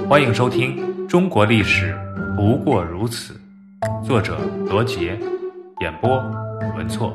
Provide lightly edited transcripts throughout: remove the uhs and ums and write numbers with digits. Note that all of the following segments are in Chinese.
欢迎收听《中国历史不过如此》，作者罗杰，演播文措。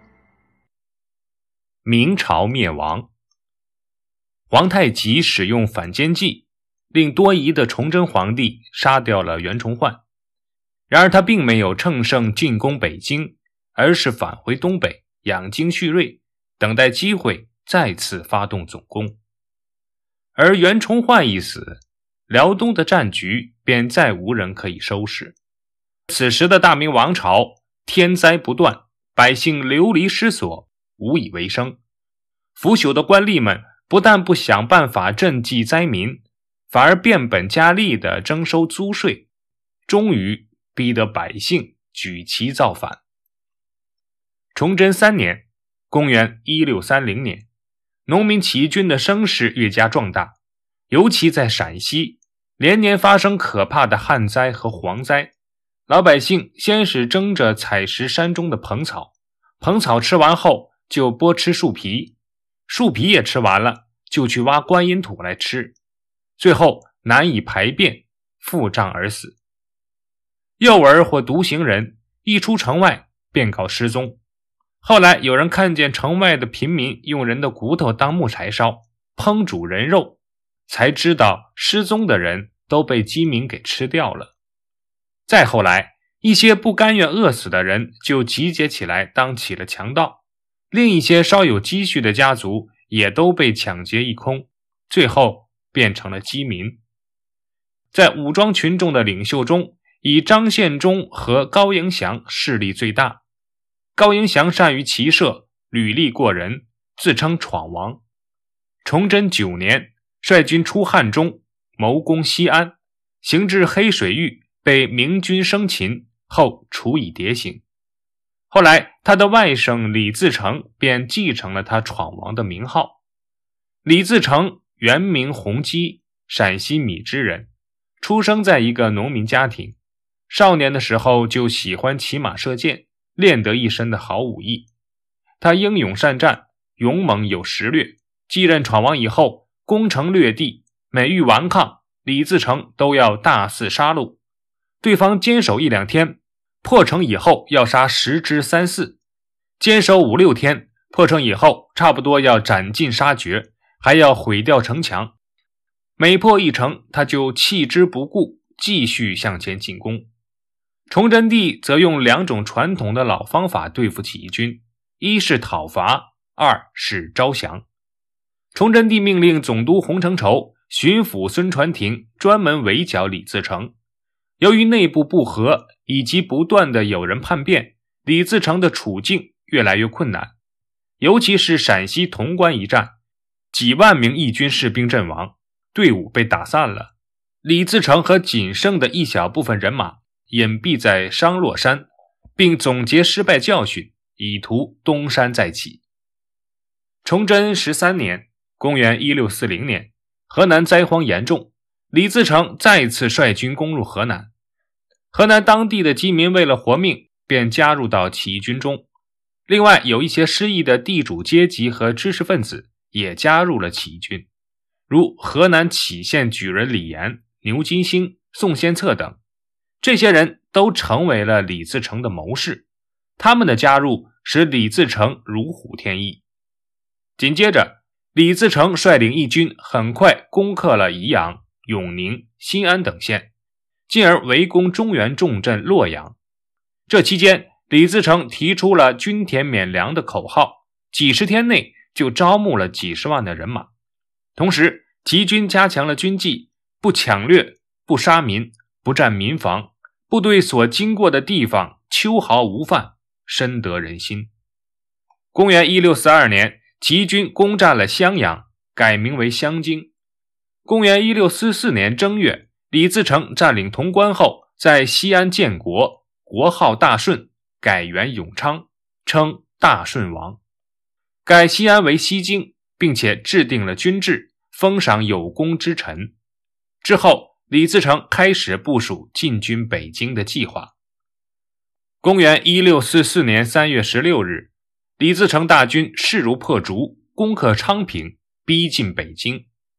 明朝灭亡，皇太极使用反间计，令多疑的崇祯皇帝杀掉了袁崇焕。然而他并没有乘胜进攻北京，而是返回东北养精蓄锐，等待机会再次发动总攻。而袁崇焕一死，辽东的战局便再无人可以收拾。此时的大明王朝天灾不断，百姓流离失所，无以为生。腐朽的官吏们不但不想办法赈济灾民，反而变本加厉地征收租税，终于逼得百姓举旗造反。崇祯3年，公元1630年，农民起义军的声势越加壮大，尤其在陕西，连年发生可怕的旱灾和蝗灾。老百姓先是争着采食山中的蓬草，蓬草吃完后就剥吃树皮，树皮也吃完了就去挖观音土来吃，最后难以排便，腹胀而死。幼儿或独行人一出城外便告失踪，后来有人看见城外的平民用人的骨头当木柴烧，烹煮人肉，才知道失踪的人都被饥民给吃掉了。再后来，一些不甘愿饿死的人就集结起来当起了强盗，另一些稍有积蓄的家族也都被抢劫一空，最后变成了饥民。在武装群众的领袖中，以张献忠和高迎祥势力最大。高迎祥善于骑射，履历过人，自称闯王。崇祯9年，率军出汉中，谋攻西安，行至黑水峪，被明军生擒，后处以牒刑。后来他的外甥李自成便继承了他闯王的名号。李自成原名洪基，陕西米脂人，出生在一个农民家庭。少年的时候就喜欢骑马射箭，练得一身的好武艺。他英勇善战，勇猛有实略，继任闯王以后，攻城略地，每遇顽抗，李自成都要大肆杀戮。对方坚守1-2天，破城以后要杀10之3、4，坚守5、6天，破城以后差不多要斩尽杀绝，还要毁掉城墙。每破一城，他就弃之不顾，继续向前进攻。崇祯帝则用2种传统的老方法对付起义军，一是讨伐，二是招降。崇祯帝命令总督洪承畴、巡抚孙传庭专门围剿李自成。由于内部不和以及不断的有人叛变，李自成的处境越来越困难。尤其是陕西潼关一战，几万名义军士兵阵亡，队伍被打散了。李自成和仅剩的一小部分人马隐蔽在商洛山，并总结失败教训，以图东山再起。崇祯13年，公元1640年，河南灾荒严重，李自成再次率军攻入河南。河南当地的饥民为了活命，便加入到起义军中。另外有一些失意的地主阶级和知识分子也加入了起义军，如河南杞县举人李岩、牛金星、宋献策等。这些人都成为了李自成的谋士，他们的加入使李自成如虎添翼。紧接着，李自成率领义军很快攻克了宜阳、永宁、新安等县，进而围攻中原重镇洛阳。这期间，李自成提出了均田免粮的口号，几十天内就招募了几十万的人马。同时，起义军加强了军纪，不抢掠，不杀民，不占民房，部队所经过的地方秋毫无犯，深得人心。公元1642年，起义军攻占了襄阳，改名为襄京。公元1644年正月，李自成占领潼关后，在西安建国，国号大顺，改元永昌，称大顺王，改西安为西京，并且制定了军制，封赏有功之臣。之后，李自成开始部署进军北京的计划。公元1644年3月16日，李自成大军势如破竹，攻克昌平，逼近北京。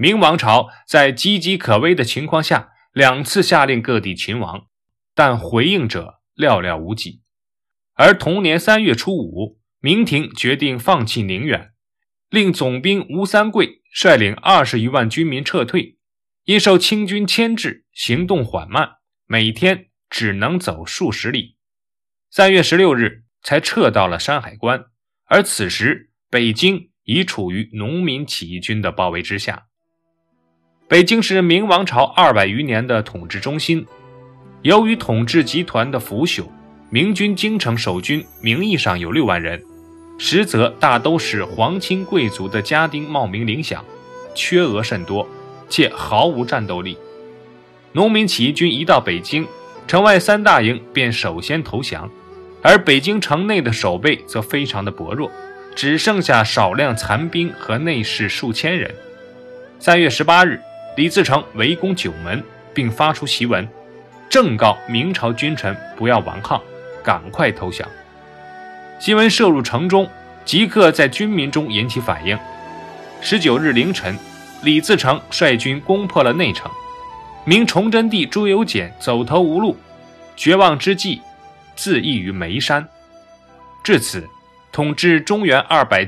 明王朝在岌岌可危的情况下2次下令各地勤王，但回应者寥寥无几。而同年3月初5，明廷决定放弃宁远，令总兵吴三桂率领20余万军民撤退，因受清军牵制，行动缓慢，每天只能走数十里。3月16日才撤到了山海关，而此时北京已处于农民起义军的包围之下。北京是明王朝200余年的统治中心，由于统治集团的腐朽，明军京城守军名义上有6万人，实则大都是皇亲贵族的家丁冒名领饷，缺额甚多，且毫无战斗力。农民起义军一到北京，城外3大营便首先投降，而北京城内的守备则非常的薄弱，只剩下少量残兵和内侍数千人。3月18日，李自成围攻九门，并发出檄文，正告明朝君臣不要顽抗，赶快投降。檄文射入城中，即刻在军民中引起反应。19日凌晨，李自成率军攻破了内城，明崇祯帝朱由检走投无路，绝望之际自缢于眉山。至此，统治中原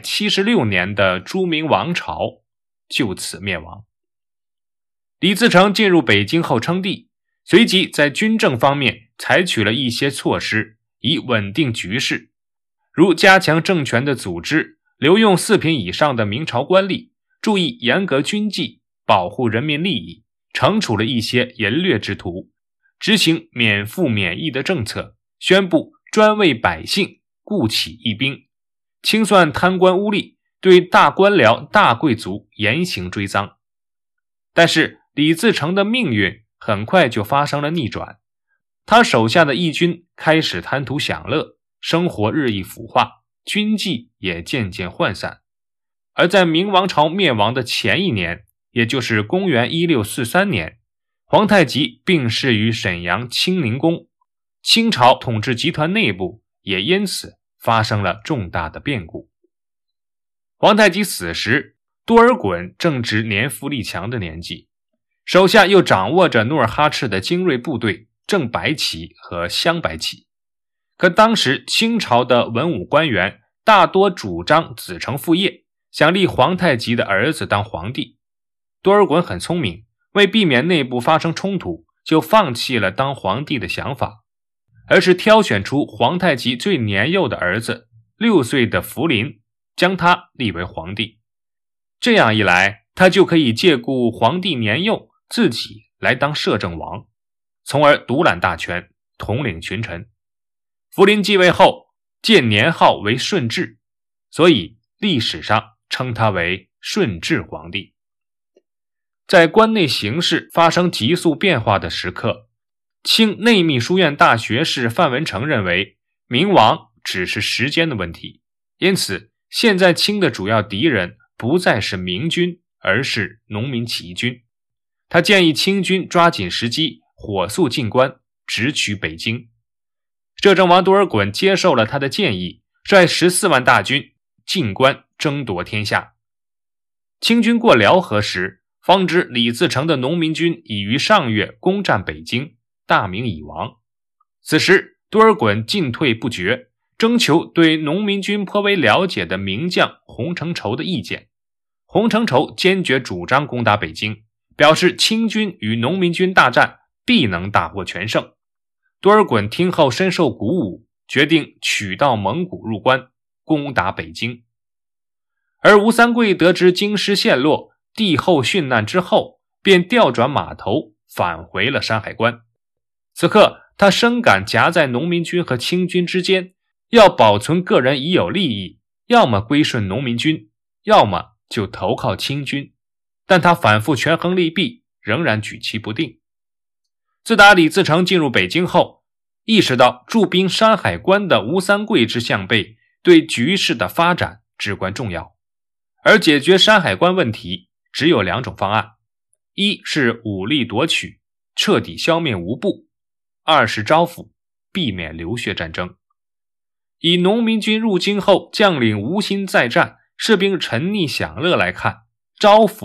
276年的朱明王朝就此灭亡。李自成进入北京后称帝，随即在军政方面采取了一些措施，以稳定局势，如加强政权的组织，留用4品以上的明朝官吏，注意严格军纪，保护人民利益，惩处了一些淫掠之徒，执行免赋免役的政策，宣布专为百姓雇起义兵，清算贪官污吏，对大官僚大贵族严刑追赃。但是李自成的命运很快就发生了逆转，他手下的义军开始贪图享乐，生活日益腐化，军纪也渐渐涣散。而在明王朝灭亡的前1年，也就是公元1643年，皇太极病逝于沈阳清宁宫，清朝统治集团内部也因此发生了重大的变故。皇太极死时，多尔衮正值年富力强的年纪，手下又掌握着努尔哈赤的精锐部队正白旗和镶白旗。可当时清朝的文武官员大多主张子承父业，想立皇太极的儿子当皇帝。多尔衮很聪明，为避免内部发生冲突，就放弃了当皇帝的想法，而是挑选出皇太极最年幼的儿子6岁的福临，将他立为皇帝。这样一来，他就可以借故皇帝年幼，自己来当摄政王，从而独揽大权，统领群臣。福临继位后，建年号为顺治，所以历史上称他为顺治皇帝。在关内形势发生急速变化的时刻，清内秘书院大学士范文成认为，明亡只是时间的问题，因此现在清的主要敌人不再是明军，而是农民起义军。他建议清军抓紧时机，火速进关，直取北京。摄政王多尔衮接受了他的建议，率14万大军进关争夺天下。清军过辽河时，方知李自成的农民军已于上月攻占北京，大明已亡。此时多尔衮进退不决，征求对农民军颇为了解的名将洪承畴的意见。洪承畴坚决主张攻打北京，表示清军与农民军大战必能大获全胜。多尔衮听后深受鼓舞，决定取道蒙古入关，攻打北京。而吴三桂得知京师陷落，帝后殉难之后，便调转马头返回了山海关。此刻他深感夹在农民军和清军之间，要保存个人已有利益，要么归顺农民军，要么就投靠清军，但他反复权衡利弊，仍然举棋不定。自打李自成进入北京后，意识到驻兵山海关的吴三桂之项背对局势的发展至关重要，而解决山海关问题只有2种方案：一是武力夺取，彻底消灭吴部；二是招抚，避免流血战争。以农民军入京后将领无心再战，士兵沉溺享乐来看，招抚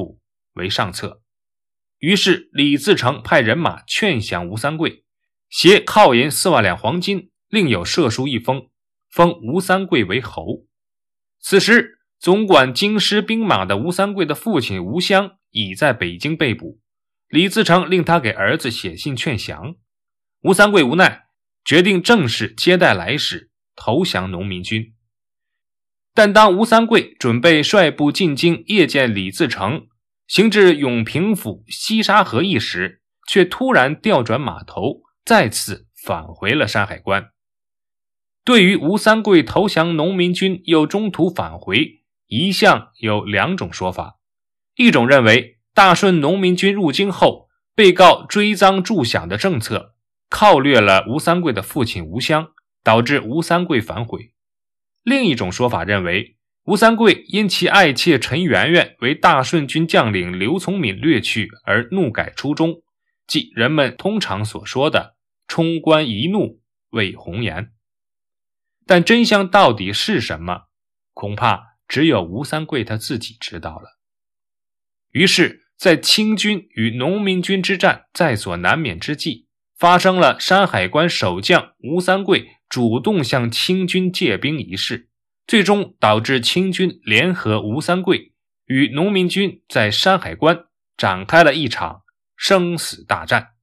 为上策。于是李自成派人马劝降吴三桂，携犒银4万两黄金，另有射书一封，封吴三桂为侯。此时总管京师兵马的吴三桂的父亲吴襄已在北京被捕，李自成令他给儿子写信劝降。吴三桂无奈，决定正式接待来使，投降农民军。但当吴三桂准备率部进京谒见李自成，行至永平府西沙河一时，却突然调转马头，再次返回了山海关。对于吴三桂投降农民军又中途返回，一向有2种说法。一种认为大顺农民军入京后，被告追赃助饷的政策犒掠了吴三桂的父亲吴襄，导致吴三桂反悔。另一种说法认为，吴三桂因其爱妾陈圆圆为大顺军将领刘从敏掠去而怒改初衷，即人们通常所说的冲冠一怒为红颜。但真相到底是什么，恐怕只有吴三桂他自己知道了。于是在清军与农民军之战在所难免之际，发生了山海关守将吴三桂主动向清军借兵一事，最终导致清军联合吴三桂与农民军在山海关展开了一场生死大战。